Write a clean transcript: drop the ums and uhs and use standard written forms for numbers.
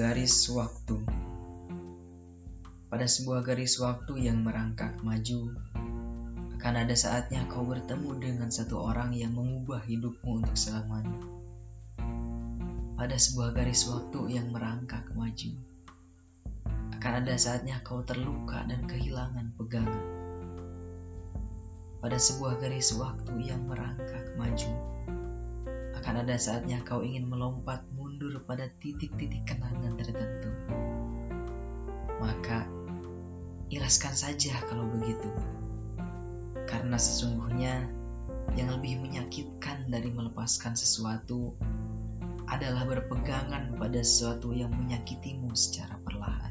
Garis waktu. Pada sebuah garis waktu yang merangkak maju, akan ada saatnya kau bertemu dengan satu orang yang mengubah hidupmu untuk selamanya. Pada sebuah garis waktu yang merangkak maju, akan ada saatnya kau terluka dan kehilangan pegangan. Pada sebuah garis waktu yang merangkak maju, akan ada saatnya kau ingin melompat mundur pada titik-titik kenangan tertentu. Maka, ikhlaskan saja kalau begitu. Karena sesungguhnya yang lebih menyakitkan dari melepaskan sesuatu adalah berpegangan pada sesuatu yang menyakitimu secara perlahan.